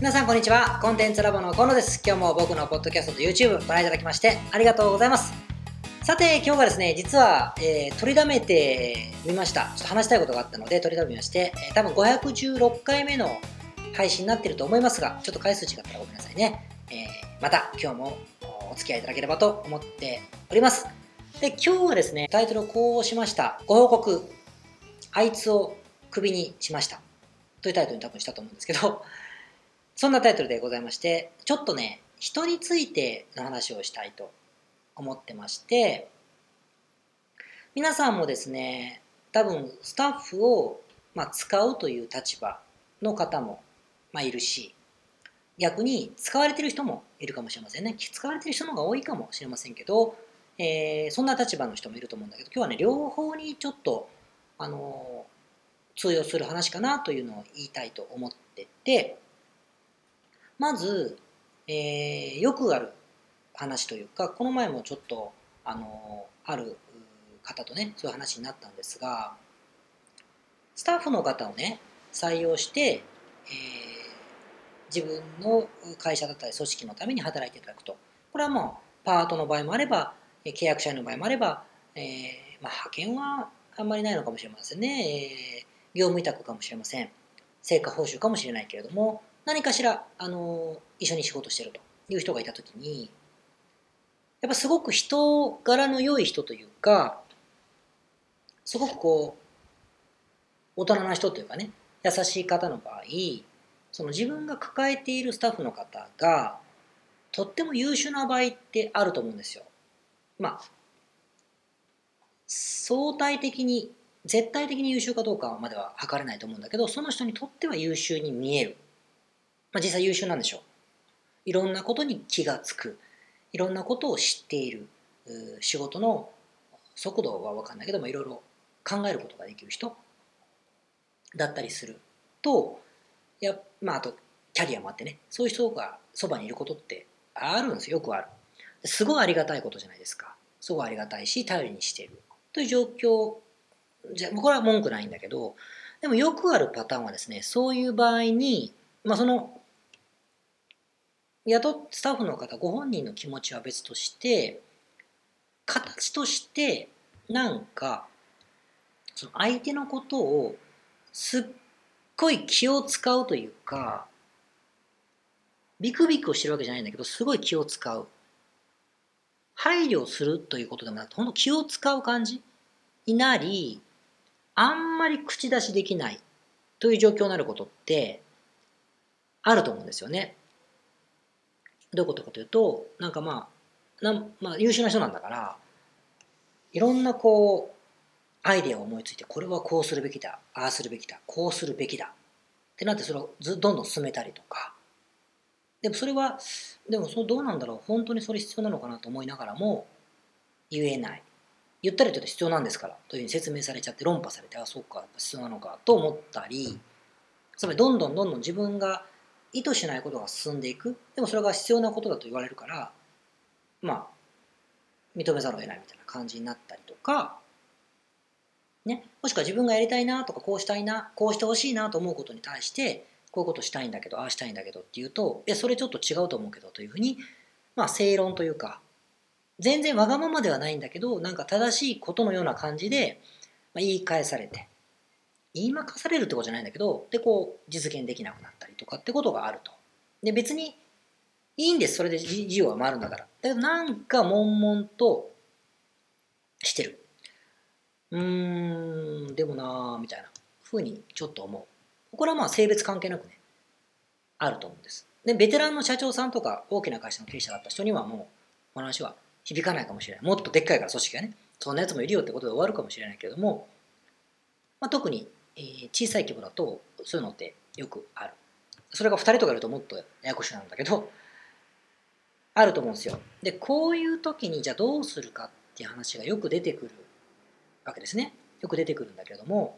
皆さんこんにちは。コンテンツラボの河野です。今日も僕のポッドキャストと YouTube ご覧いただきましてありがとうございます。さて今日はですね、実は、取りだめてみました。ちょっと話したいことがあったので取りだめまして、多分516回目の配信になっていると思いますが、ちょっと回数違ったらごめんなさいね。また今日もお付き合いいただければと思っております。で、今日はですね、タイトルをこうしました。ご報告。あいつをクビにしました。というタイトルに多分したと思うんですけど、そんなタイトルでございまして、ちょっとね、人についての話をしたいと思ってまして、皆さんもですね、多分スタッフを、使うという立場の方も、いるし、逆に使われてる人もいるかもしれませんね。使われてる人の方が多いかもしれませんけど、そんな立場の人もいると思うんだけど、今日はね、両方にちょっと、通用する話かなというのを言いたいと思ってて、まず、よくある話というか、この前もちょっと、ある方とね、そういう話になったんですが、スタッフの方をね、採用して、自分の会社だったり組織のために働いていただくと。これはもう、パートの場合もあれば、契約社員の場合もあれば、派遣はあんまりないのかもしれませんね。業務委託かもしれません。成果報酬かもしれないけれども、何かしら、一緒に仕事してるという人がいたときに、やっぱすごく人柄の良い人というか、すごく大人な人というかね、優しい方の場合、その自分が抱えているスタッフの方が、とっても優秀な場合ってあると思うんですよ。相対的に、絶対的に優秀かどうかまでは測れないと思うんだけど、その人にとっては優秀に見える。実際優秀なんでしょう。いろんなことに気がつく。いろんなことを知っている。仕事の速度は分かんないけども、いろいろ考えることができる人だったりすると、あとキャリアもあってね、そういう人がそばにいることってあるんですよ。よくある。すごいありがたいことじゃないですか。すごいありがたいし、頼りにしているという状況じゃ、これは文句ないんだけど、でもよくあるパターンはですね、そういう場合に、そのスタッフの方ご本人の気持ちは別として、形としてなんかその相手のことをすっごい気を使うというか、ビクビクをしてるわけじゃないんだけど、すごい気を使う。配慮するということでもなくて、ほんと気を使う感じになり、あんまり口出しできないという状況になることってあると思うんですよね。どういうことかというと、優秀な人なんだから、いろんなアイデアを思いついて、これはこうするべきだ、ああするべきだ、こうするべきだってなって、それをどんどん進めたりとか、でもそれは、でもどうなんだろう、本当にそれ必要なのかなと思いながらも、言えない。言ったりと必要なんですからというふうに説明されちゃって論破されて、あ、そうか、やっぱ必要なのかと思ったり、つまりどんどんどんどん自分が意図しないことが進んでいく。でもそれが必要なことだと言われるから、認めざるを得ないみたいな感じになったりとか、ね、もしくは自分がやりたいなとか、こうしたいな、こうしてほしいなと思うことに対して、こういうことしたいんだけど、ああしたいんだけどっていうと、いや、それちょっと違うと思うけどというふうに、正論というか、全然わがままではないんだけど、なんか正しいことのような感じで、言い返されて、言いまかされるってことじゃないんだけど、で、実現できなくなったりとかってことがあると。で、別にいいんです、それで事業は回るんだから。だけど、なんか悶々としてる。でもなーみたいなふうにちょっと思う。これは性別関係なくね、あると思うんです。で、ベテランの社長さんとか大きな会社の経営者だった人にはもう、この話は響かないかもしれない。もっとでっかいから組織がね、そんなやつもいるよってことで終わるかもしれないけれども、特に、小さい規模だとそういうのってよくある。それが2人とかいるともっとややこしくなるんだけど、あると思うんですよ。で、こういう時にじゃあどうするかっていう話がよく出てくるわけですね。よく出てくるんだけれども、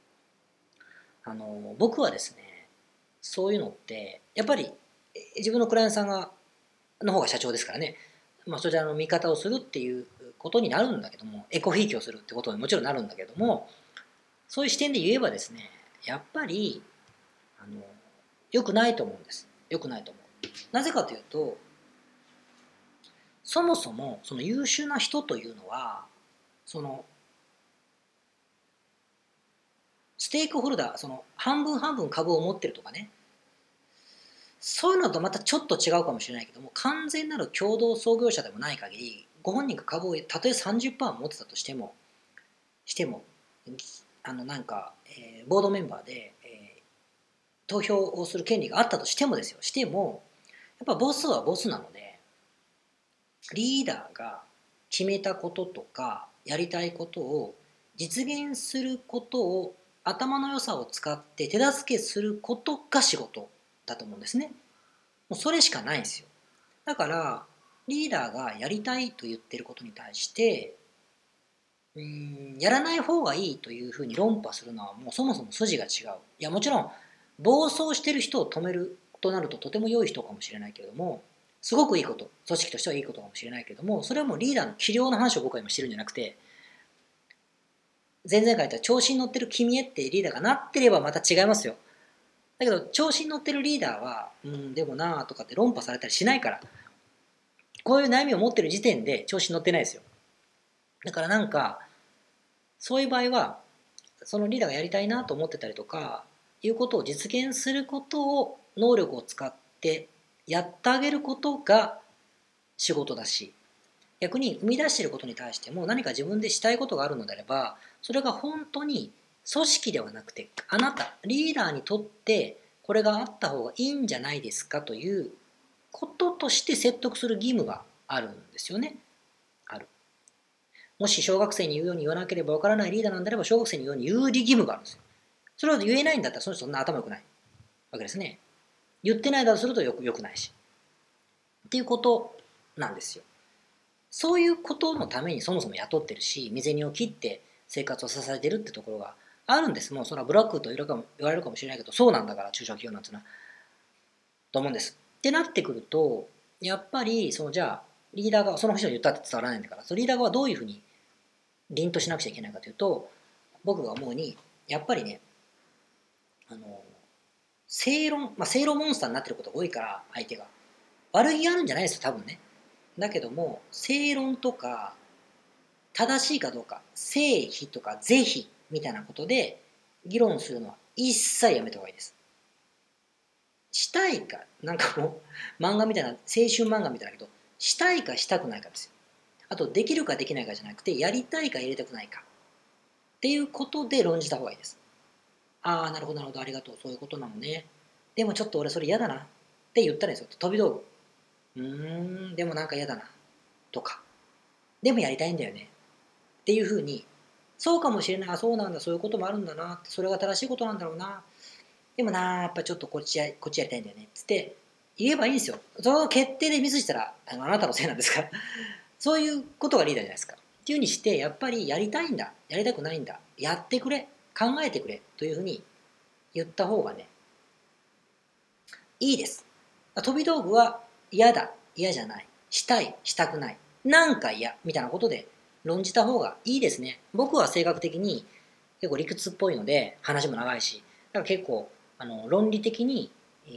僕はですね、そういうのって、やっぱり自分のクライアントさんの方が社長ですからね、そちらの見方をするっていうことになるんだけども、エコひいきをするってことにもちろんなるんだけども、そういう視点で言えばですね、やっぱり、良くないと思うんです。 良くないと思う。なぜかというと、そもそもその優秀な人というのは、そのステークホルダー、その半分半分株を持ってるとかね、そういうのとまたちょっと違うかもしれないけども、完全なる共同創業者でもない限り、ご本人が株をたとえ 30% 持ってたとしても、なんか、ボードメンバーで、投票をする権利があったとしてもですよ、しても、やっぱボスはボスなので、リーダーが決めたこととか、やりたいことを実現することを頭の良さを使って手助けすることが仕事だと思うんですね。もうそれしかないんですよ。だからリーダーがやりたいと言ってることに対してやらない方がいいというふうに論破するのはもうそもそも筋が違う。いやもちろん暴走してる人を止めるとなるととても良い人かもしれないけれども、すごくいいこと、組織としてはいいことかもしれないけれども、それはもうリーダーの器量の話を僕は今してるんじゃなくて、前々回言った調子に乗ってる君へってリーダーがなってればまた違いますよ。だけど調子に乗ってるリーダーはでもなとかって論破されたりしないから、こういう悩みを持ってる時点で調子に乗ってないですよ。だからなんかそういう場合はそのリーダーがやりたいなと思ってたりとかいうことを実現することを能力を使ってやってあげることが仕事だし、逆に生み出していることに対しても何か自分でしたいことがあるのであれば、それが本当に組織ではなくてあなたリーダーにとってこれがあった方がいいんじゃないですかということとして説得する義務があるんですよね。ある。もし小学生に言うように言わなければわからないリーダーなんであれば小学生に言うように有利義務があるんですよ。それを言えないんだったらその人そんな頭良くないわけですね。言ってないだとするとよくないし。っていうことなんですよ。そういうことのためにそもそも雇ってるし、身銭を切って生活を支えてるってところがあるんです。もうそれはブラックと言われるかもしれないけど、そうなんだから中小企業なんていうのはと思うんです。ってなってくると、やっぱりじゃあリーダーがその人に言ったって伝わらないんだから、そのリーダー側はどういうふうに凛としなくちゃいけないかというと、僕が思うにやっぱりね、あの正論、正論モンスターになってることが多いから相手が悪気があるんじゃないですよ多分ね。だけども正論とか正しいかどうか、正否とか是非みたいなことで議論するのは一切やめた方がいいです。したいか、なんかもう漫画みたいな、青春漫画みたいだけど、したいかしたくないかですよ。あと、できるかできないかじゃなくて、やりたいかやりたくないかっていうことで論じた方がいいです。ああ、なるほど、なるほど、ありがとう、そういうことなのね。でもちょっと俺それ嫌だなって言ったらいいですよ。飛び道具。でもなんか嫌だな。とか。でもやりたいんだよね。っていうふうに、そうかもしれない、あ、そうなんだ、そういうこともあるんだな、それが正しいことなんだろうな、でもな、やっぱちょっとこっちやりたいんだよね、つって言えばいいんですよ。その決定でミスしたら、あなたのせいなんですから。そういうことがリーダーじゃないですか。っていうふうにして、やっぱりやりたいんだ、やりたくないんだ、やってくれ、考えてくれ、というふうに言った方がね、いいです。飛び道具は嫌だ、嫌じゃない、したい、したくない、なんか嫌、みたいなことで論じた方がいいですね。僕は性格的に結構理屈っぽいので、話も長いし、だから結構論理的に、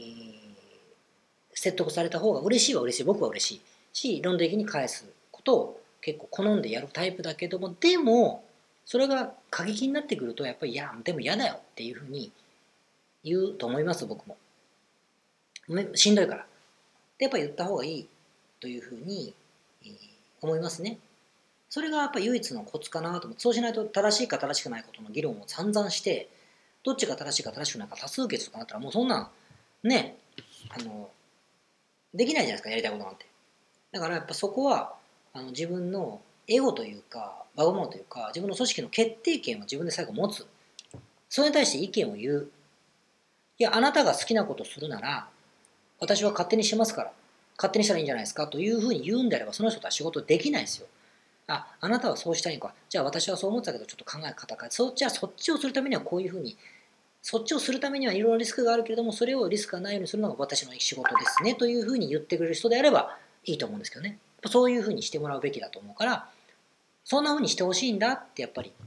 説得された方が嬉しいは嬉しい、僕は嬉しいし、論理的に返すことを結構好んでやるタイプだけども、でもそれが過激になってくるとやっぱりでも嫌だよっていうふうに言うと思います。僕もしんどいからでやっぱり言った方がいいというふうに、思いますね。それがやっぱり唯一のコツかなと思って、そうしないと正しいか正しくないことの議論を散々してどっちが正しいか正しくないか多数決とかなったらもうそんなんね、できないじゃないですか、やりたいことなんて。だからやっぱそこは自分のエゴというかバグモノというか自分の組織の決定権を自分で最後持つ。それに対して意見を言う。いやあなたが好きなことするなら私は勝手にしますから勝手にしたらいいんじゃないですかというふうに言うんであればその人とは仕事できないですよ。あなたはそうしたいのか。じゃあ私はそう思ってたけどちょっと考え方変えて、じゃあそっちをするためにはこういうふうに、そっちをするためにはいろいろリスクがあるけれども、それをリスクがないようにするのが私の仕事ですねというふうに言ってくれる人であればいいと思うんですけどね。そういうふうにしてもらうべきだと思うから、そんなふうにしてほしいんだってやっぱり、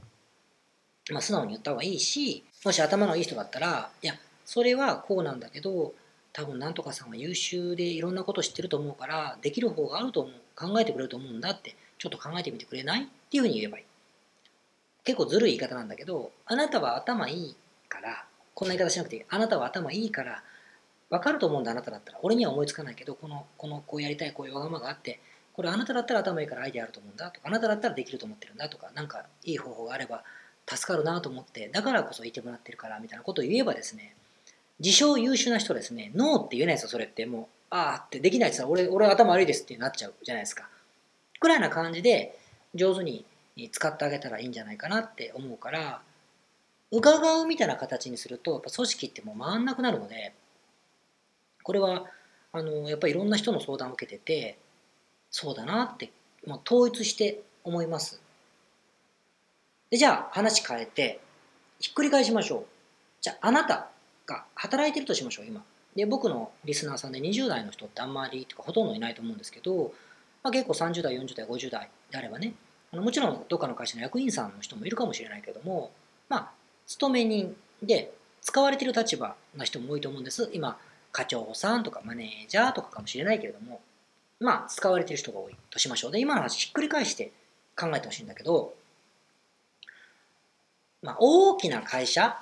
素直に言った方がいいし、もし頭のいい人だったら、いや、それはこうなんだけど、 多分なんとかさんは優秀でいろんなこと知ってると思うからできる方があると思う、考えてくれると思うんだってちょっと考えてみてくれないっていうふうに言えばいい。結構ずるい言い方なんだけど、あなたは頭いいから、こんな言い方しなくていい、あなたは頭いいから分かると思うんだ、あなただったら。俺には思いつかないけど、こうやりたい、こういうわがままがあって、これあなただったら頭いいからアイデアあると思うんだとか、あなただったらできると思ってるんだとか、なんかいい方法があれば助かるなと思って、だからこそいてもらってるからみたいなことを言えばですね、自称優秀な人ですね、ノーって言えないですよ、それって。もう、あーってできないって言ったら、俺頭悪いですってなっちゃうじゃないですか。くらいな感じで、上手に使ってあげたらいいんじゃないかなって思うから、伺うみたいな形にすると、やっぱ組織ってもう回んなくなるので、これは、やっぱりいろんな人の相談を受けてて、そうだなって、もう統一して思います。で、じゃあ話変えて、ひっくり返しましょう。じゃああなたが働いてるとしましょう、今。で、僕のリスナーさんで20代の人ってあんまりとかほとんどいないと思うんですけど、まあ、結構30代、40代、50代であればね、もちろんどっかの会社の役員さんの人もいるかもしれないけども、まあ、勤め人で使われている立場な人も多いと思うんです。今、課長さんとかマネージャーとかかもしれないけれども、まあ、使われている人が多いとしましょう。で、今の話ひっくり返して考えてほしいんだけど、まあ、大きな会社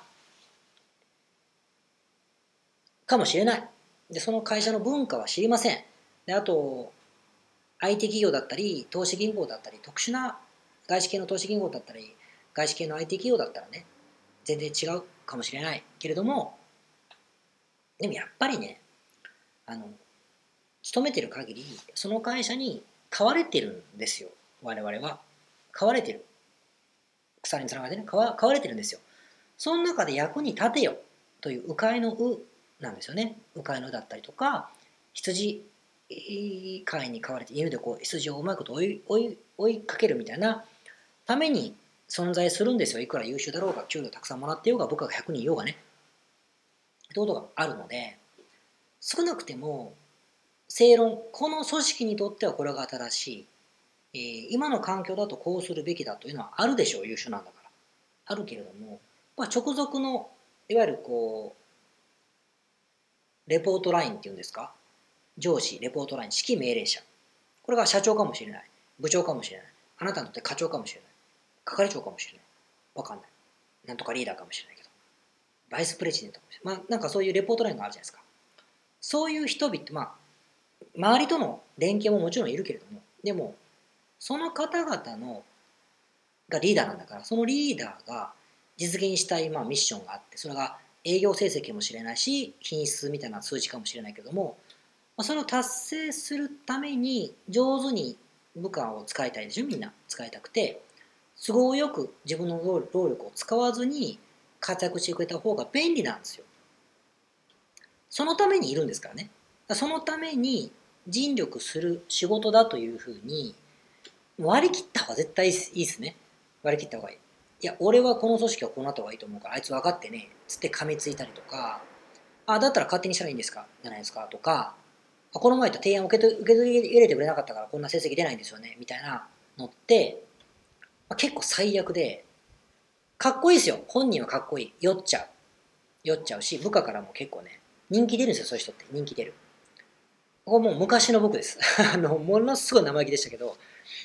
かもしれない。で、その会社の文化は知りません。で、あと、IT 企業だったり、投資銀行だったり、特殊な外資系の投資銀行だったり、外資系の IT 企業だったらね、全然違うかもしれないけれども、でもやっぱりね、あの、勤めてる限り、その会社に買われてるんですよ。我々は。買われてる。鎖につながってね、買われてるんですよ。その中で役に立てよという鵜飼いの鵜なんですよね。鵜飼いの鵜だったりとか、羊飼いに飼われて犬でこう羊をうまいこと追いかけるみたいなために存在するんですよ。いくら優秀だろうが、給料たくさんもらってようが、部下が100人いようがね。ってことがあるので、少なくても正論、この組織にとってはこれが正しい。今の環境だとこうするべきだというのはあるでしょう、優秀なんだから。あるけれども、まあ、直属のいわゆるこうレポートラインっていうんですか、上司レポートライン、指揮命令者、これが社長かもしれない、部長かもしれない、あなたにとって課長かもしれない、係長かもしれない、わかんない、なんとかリーダーかもしれないけど、バイスプレジデントかもしれない、まあなんかそういうレポートラインがあるじゃないですか。そういう人々、まあ周りとの連携ももちろんいるけれども、でもその方々のがリーダーなんだから、そのリーダーが実現したい、まあ、ミッションがあって、それが営業成績かもしれないし、品質みたいな数字かもしれないけども、まあ、それを達成するために上手に部下を使いたいでしょ、みんな使いたくて、都合よく自分の労力を使わずに活躍してくれた方が便利なんですよ。そのためにいるんですからね。そのために尽力する仕事だというふうに割り切った方が絶対いいですね。割り切った方がいい。いや、俺はこの組織はこうなった方がいいと思うから、あいつ分かってね、つって噛みついたりとか、あ、だったら勝手にしたらいいんですかじゃないですかとか、この前と提案を受け取り入れてくれなかったからこんな成績出ないんですよね、みたいなのって、結構最悪で、かっこいいですよ。本人はかっこいい。酔っちゃう。酔っちゃうし、部下からも結構ね、人気出るんですよ、そういう人って。人気出る。ここもう昔の僕です。ものすごい生意気でしたけど、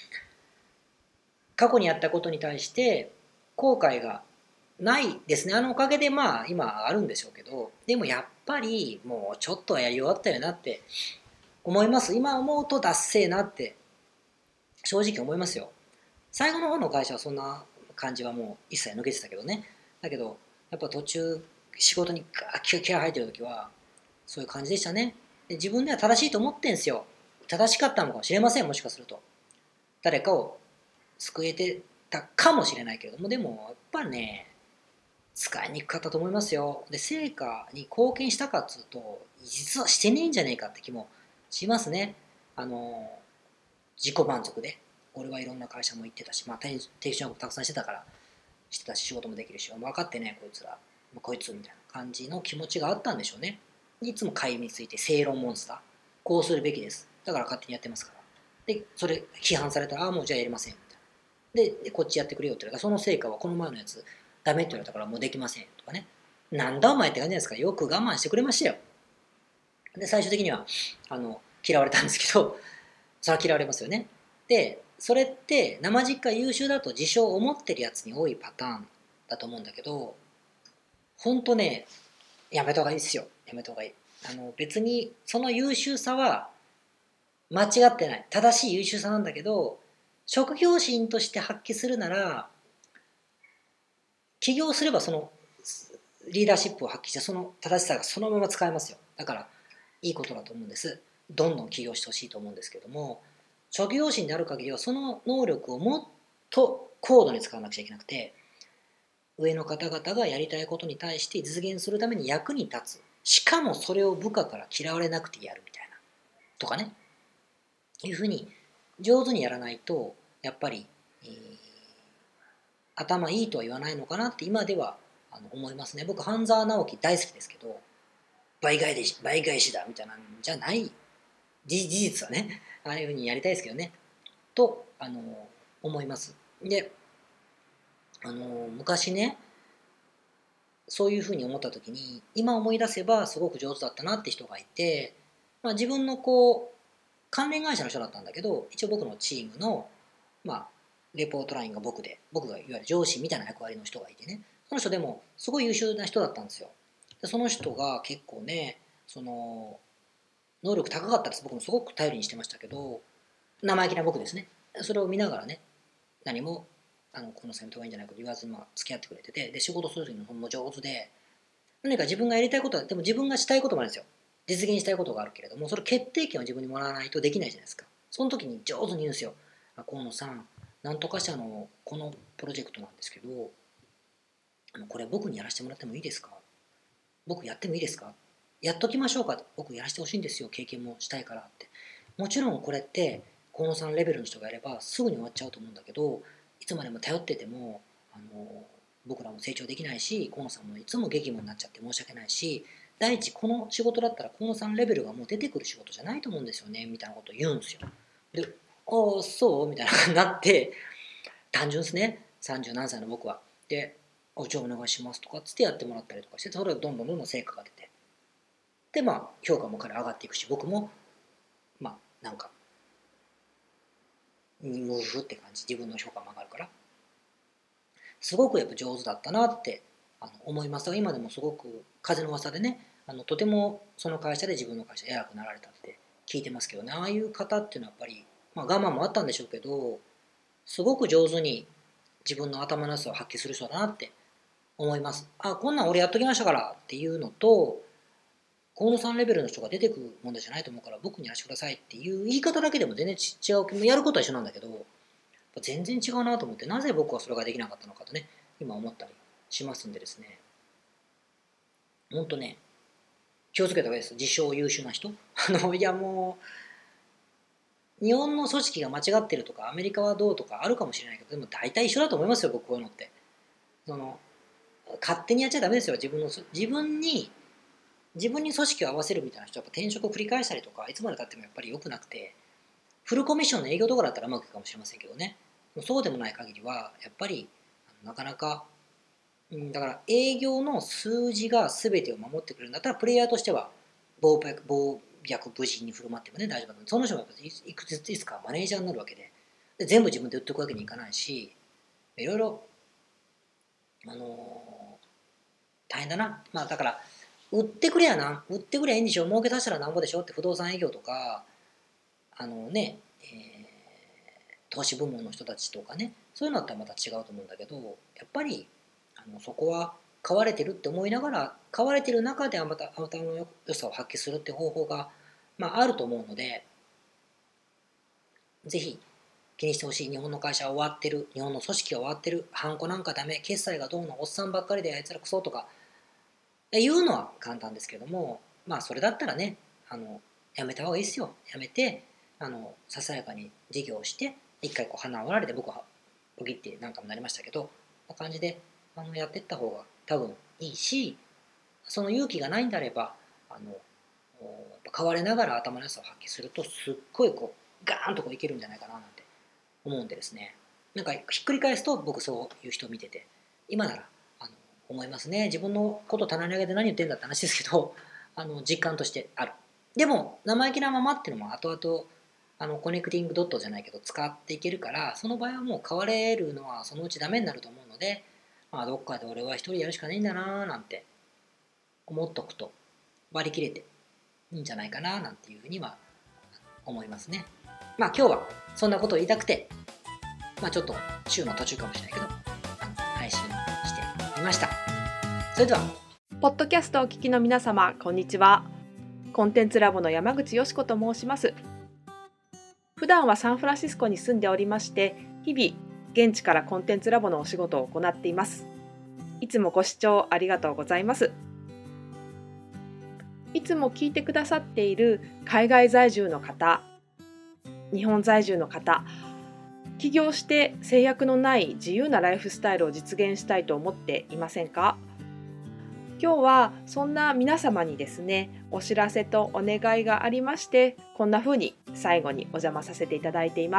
過去にやったことに対して後悔がないですね。あのおかげでまあ今あるんでしょうけど、でもやっぱりもうちょっとはやり終わったよなって思います。今思うとダッセーなって正直思いますよ。最後の方の会社はそんな感じはもう一切抜けてたけどね。だけどやっぱ途中仕事にガーッ気合入ってる時はそういう感じでしたね。で自分では正しいと思ってんすよ。正しかったのかもしれません、もしかすると。誰かを救えてたかもしれないけれども、でもやっぱね、使いにくかったと思いますよ。で、成果に貢献したかっつうと、実はしてねえんじゃねえかって気もしますね。あの、自己満足で。俺はいろんな会社も行ってたし、まあ、転職もたくさんしてたから、してたし、仕事もできるし、分かってね、こいつら、こいつみたいな感じの気持ちがあったんでしょうね。いつも会について正論モンスター。こうするべきです。だから勝手にやってますから。で、それ批判されたら、ああ、もうじゃあやりません。で、こっちやってくれよって言われたら、その成果はこの前のやつ、ダメって言われたからもうできませんとかね。なんだお前って感じじゃないですか。よく我慢してくれましたよ。 で、最終的には、嫌われたんですけど、それは嫌われますよね。で、それって生実家優秀だと自称思ってるやつに多いパターンだと思うんだけど、ほんとね、やめた方がいいですよ。やめた方がいい。別にその優秀さは間違ってない。正しい優秀さなんだけど、職業心として発揮するなら、起業すればそのリーダーシップを発揮してその正しさがそのまま使えますよ。だからいいことだと思うんです。どんどん起業してほしいと思うんですけども、職業心である限りはその能力をもっと高度に使わなくちゃいけなくて、上の方々がやりたいことに対して実現するために役に立つ。しかもそれを部下から嫌われなくてやるみたいな。とかね。いうふうに上手にやらないと、やっぱり、頭いいとは言わないのかなって今では思いますね。僕、半沢直樹大好きですけど、倍返しだみたいなんじゃない、事実はね、ああいうふうにやりたいですけどね、と、思います。で、昔ね、そういうふうに思った時に、今思い出せばすごく上手だったなって人がいて、まあ、自分の関連会社の人だったんだけど、一応僕のチームの、まあ、レポートラインが僕がいわゆる上司みたいな役割の人がいてね、その人でもすごい優秀な人だったんですよ。でその人が結構ね、能力高かったです。僕もすごく頼りにしてましたけど、生意気な僕ですね。それを見ながらね、何も、この先頭がいいんじゃないかと言わずに、まあ、付き合ってくれてて、で、仕事する時も上手で、何か自分がやりたいことは、でも自分がしたいこともあるんですよ。実現したいことがあるけれども、それ決定権を自分にもらわないとできないじゃないですか。その時に上手に言うんですよ。河野さん、なんとか社のこのプロジェクトなんですけど、これ僕にやらせてもらってもいいですか？僕やってもいいですか？やっときましょうか？僕やらせてほしいんですよ。経験もしたいからって。もちろんこれって、河野さんレベルの人がやればすぐに終わっちゃうと思うんだけど、いつまでも頼ってても、僕らも成長できないし、河野さんもいつも激務になっちゃって申し訳ないし、第一、この仕事だったら河野さんレベルがもう出てくる仕事じゃないと思うんですよね、みたいなことを言うんですよ。で、ああ、そうみたいな感じになって、単純ですね。30何歳の僕は。で、じゃあお願いしますとかつってやってもらったりとかして、それがどんどんどんどん成果が出て。で、まあ、評価も彼上がっていくし、僕も、まあ、なんか、ムーフって感じ、自分の評価も上がるから、すごくやっぱ上手だったなって思いますが、今でもすごく風の噂でね、とてもその会社で自分の会社偉くなられたって聞いてますけどね、ああいう方っていうのはやっぱり、まあ、我慢もあったんでしょうけど、すごく上手に自分の頭の良さを発揮する人だなって思います。あ、こんなん俺やっときましたからっていうのと、河野さんレベルの人が出てくる問題じゃないと思うから僕にやらせてくださいっていう言い方だけでも全然違う。やることは一緒なんだけど、全然違うなと思って、なぜ僕はそれができなかったのかとね、今思ったりしますんでですね、ほんとね、気をつけた方がいいです。自称優秀な人。いやもう、日本の組織が間違ってるとか、アメリカはどうとかあるかもしれないけど、でも大体一緒だと思いますよ、僕こういうのって。その、勝手にやっちゃダメですよ、自分に組織を合わせるみたいな人はやっぱ転職を繰り返したりとか、いつまでたってもやっぱり良くなくて、フルコミッションの営業とかだったらうまくいくかもしれませんけどね、そうでもない限りは、やっぱり、なかなか、だから営業の数字が全てを守ってくれるんだったら、プレイヤーとしては、暴虐無人に振る舞ってもね、大丈夫だと。その人もやっぱりいつかマネージャーになるわけで、全部自分で売っていくわけにいかないし、いろいろ、あの大変だな。まあだから、売ってくれゃいいんでしょ、儲けさせたらなんぼでしょって不動産営業とか、投資部門の人たちとかね、そういうのだったらまた違うと思うんだけど、やっぱりそこは買われてるって思いながら、買われてる中であなたの良さを発揮するって方法が、まあ、あると思うので、ぜひ気にしてほしい。日本の会社は終わってる、日本の組織は終わってる、ハンコなんかダメ、決済がどうの、おっさんばっかりであいつらクソとか言うのは簡単ですけども、まあそれだったらね、やめた方がいいですよ。やめて、ささやかに事業をして、一回鼻を折られて僕はポキってなんかもなりましたけど、こんな感じでやっていった方が多分いいし、その勇気がないんであれば、買われながら頭の良さを発揮すると、すっごいガーンといけるんじゃないかななんて思うんでですね。なんかひっくり返すと僕そういう人を見てて、今ならあの思いますね。自分のこと棚に上げて何言ってんだって話ですけど、実感としてある。 でも生意気なままっていうのも後々コネクティングドットじゃないけど使っていけるから、その場合はもう変われるのはそのうちダメになると思うので、どっかで俺は一人やるしかないんだなーなんて思っとくと割り切れていいんじゃないかななんていうふうには思いますね。今日はそんなことを言いたくて、ちょっと週の途中かもしれないけど配信してみました。それではポッドキャストをお聞きの皆様、こんにちは。コンテンツラボの山口よし子と申します。普段はサンフランシスコに住んでおりまして、日々現地からコンテンツラボのお仕事を行っています。いつもご視聴ありがとうございます。いつも聞いてくださっている海外在住の方、日本在住の方、起業して制約のない自由なライフスタイルを実現したいと思っていませんか？今日はそんな皆様にですね、お知らせとお願いがありまして、こんな風に最後にお邪魔させていただいています。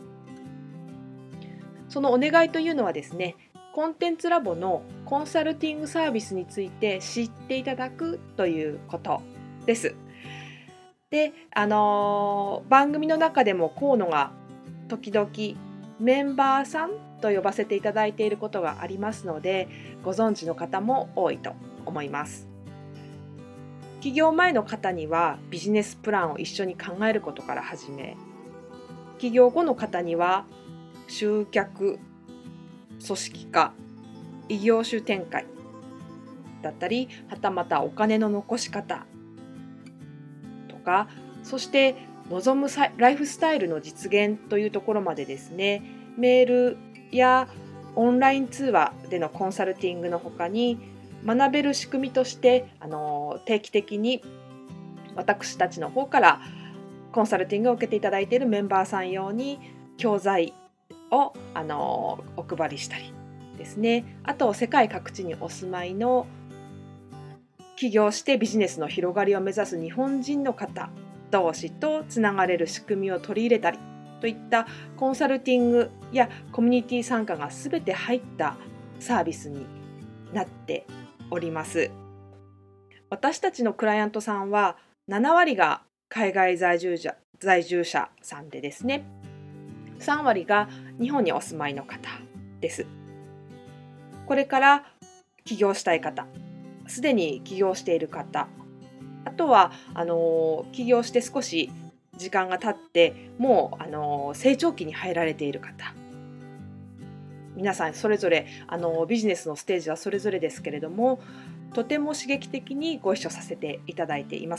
そのお願いというのはですね、コンテンツラボのコンサルティングサービスについて知っていただくということです。で、番組の中でも河野が時々メンバーさんと呼ばせていただいていることがありますので、ご存知の方も多いと思います。起業前の方にはビジネスプランを一緒に考えることから始め、起業後の方には集客、組織化、異業種展開だったり、はたまたお金の残し方とか、そして望むライフスタイルの実現というところまでですね、メールやオンライン通話でのコンサルティングの他に、学べる仕組みとして定期的に私たちの方からコンサルティングを受けていただいているメンバーさん用に教材をお配りしたりですね。あと世界各地にお住まいの起業してビジネスの広がりを目指す日本人の方同士とつながれる仕組みを取り入れたりといったコンサルティングやコミュニティ参加が全て入ったサービスになっております。私たちのクライアントさんは7割が海外在住者さんでですね、3割が日本にお住まいの方です。これから起業したい方、すでに起業している方、あとは起業して少し時間が経ってもう成長期に入られている方、皆さんそれぞれビジネスのステージはそれぞれですけれども、とても刺激的にご一緒させていただいています。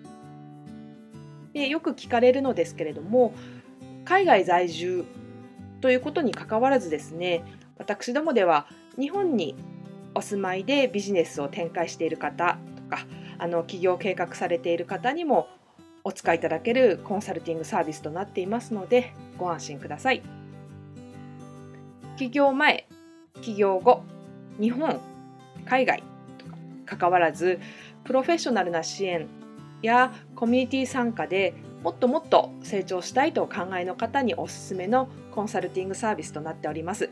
で、よく聞かれるのですけれども、海外在住ということに関わらずですね、私どもでは日本にお住まいでビジネスを展開している方とか、起業計画されている方にもお使いいただけるコンサルティングサービスとなっていますので、ご安心ください。起業前、起業後、日本、海外とか関わらず、プロフェッショナルな支援やコミュニティ参加でもっともっと成長したいとお考えの方におすすめのコンサルティングサービスとなっております。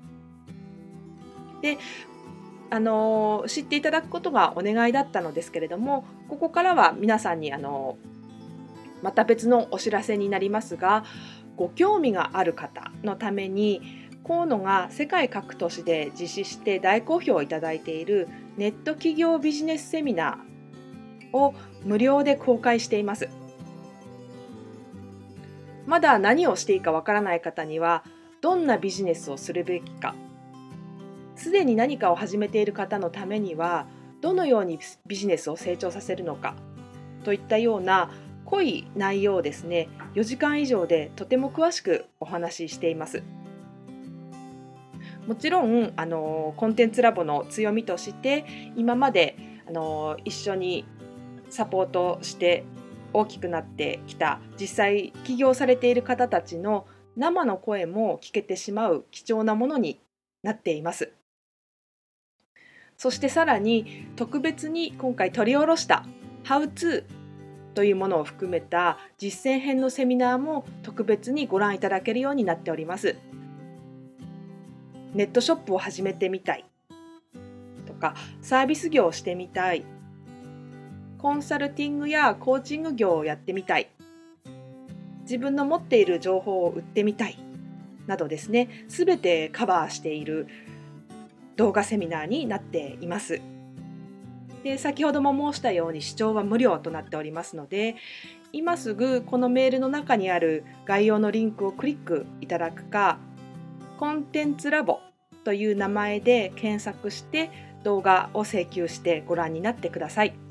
で、知っていただくことがお願いだったのですけれども、ここからは皆さんにまた別のお知らせになりますが、ご興味がある方のために河野が世界各都市で実施して大好評をいただいているネット企業ビジネスセミナーを無料で公開しています。まだ何をしていいかわからない方には、どんなビジネスをするべきか、すでに何かを始めている方のためにはどのようにビジネスを成長させるのかといったような濃い内容をですね、4時間以上でとても詳しくお話ししています。もちろんコンテンツラボの強みとして今まで一緒にサポートして大きくなってきた、実際起業されている方たちの生の声も聞けてしまう貴重なものになっています。そしてさらに特別に今回取り下ろしたHow to というものを含めた実践編のセミナーも特別にご覧いただけるようになっております。ネットショップを始めてみたいとか、サービス業をしてみたい、 コンサルティングやコーチング業をやってみたい、自分の持っている情報を売ってみたいなどですね、すべてカバーしている動画セミナーになっています。で、先ほども申したように視聴は無料となっておりますので、今すぐこのメールの中にある概要のリンクをクリックいただくか、コンテンツラボという名前で検索して動画を請求してご覧になってください。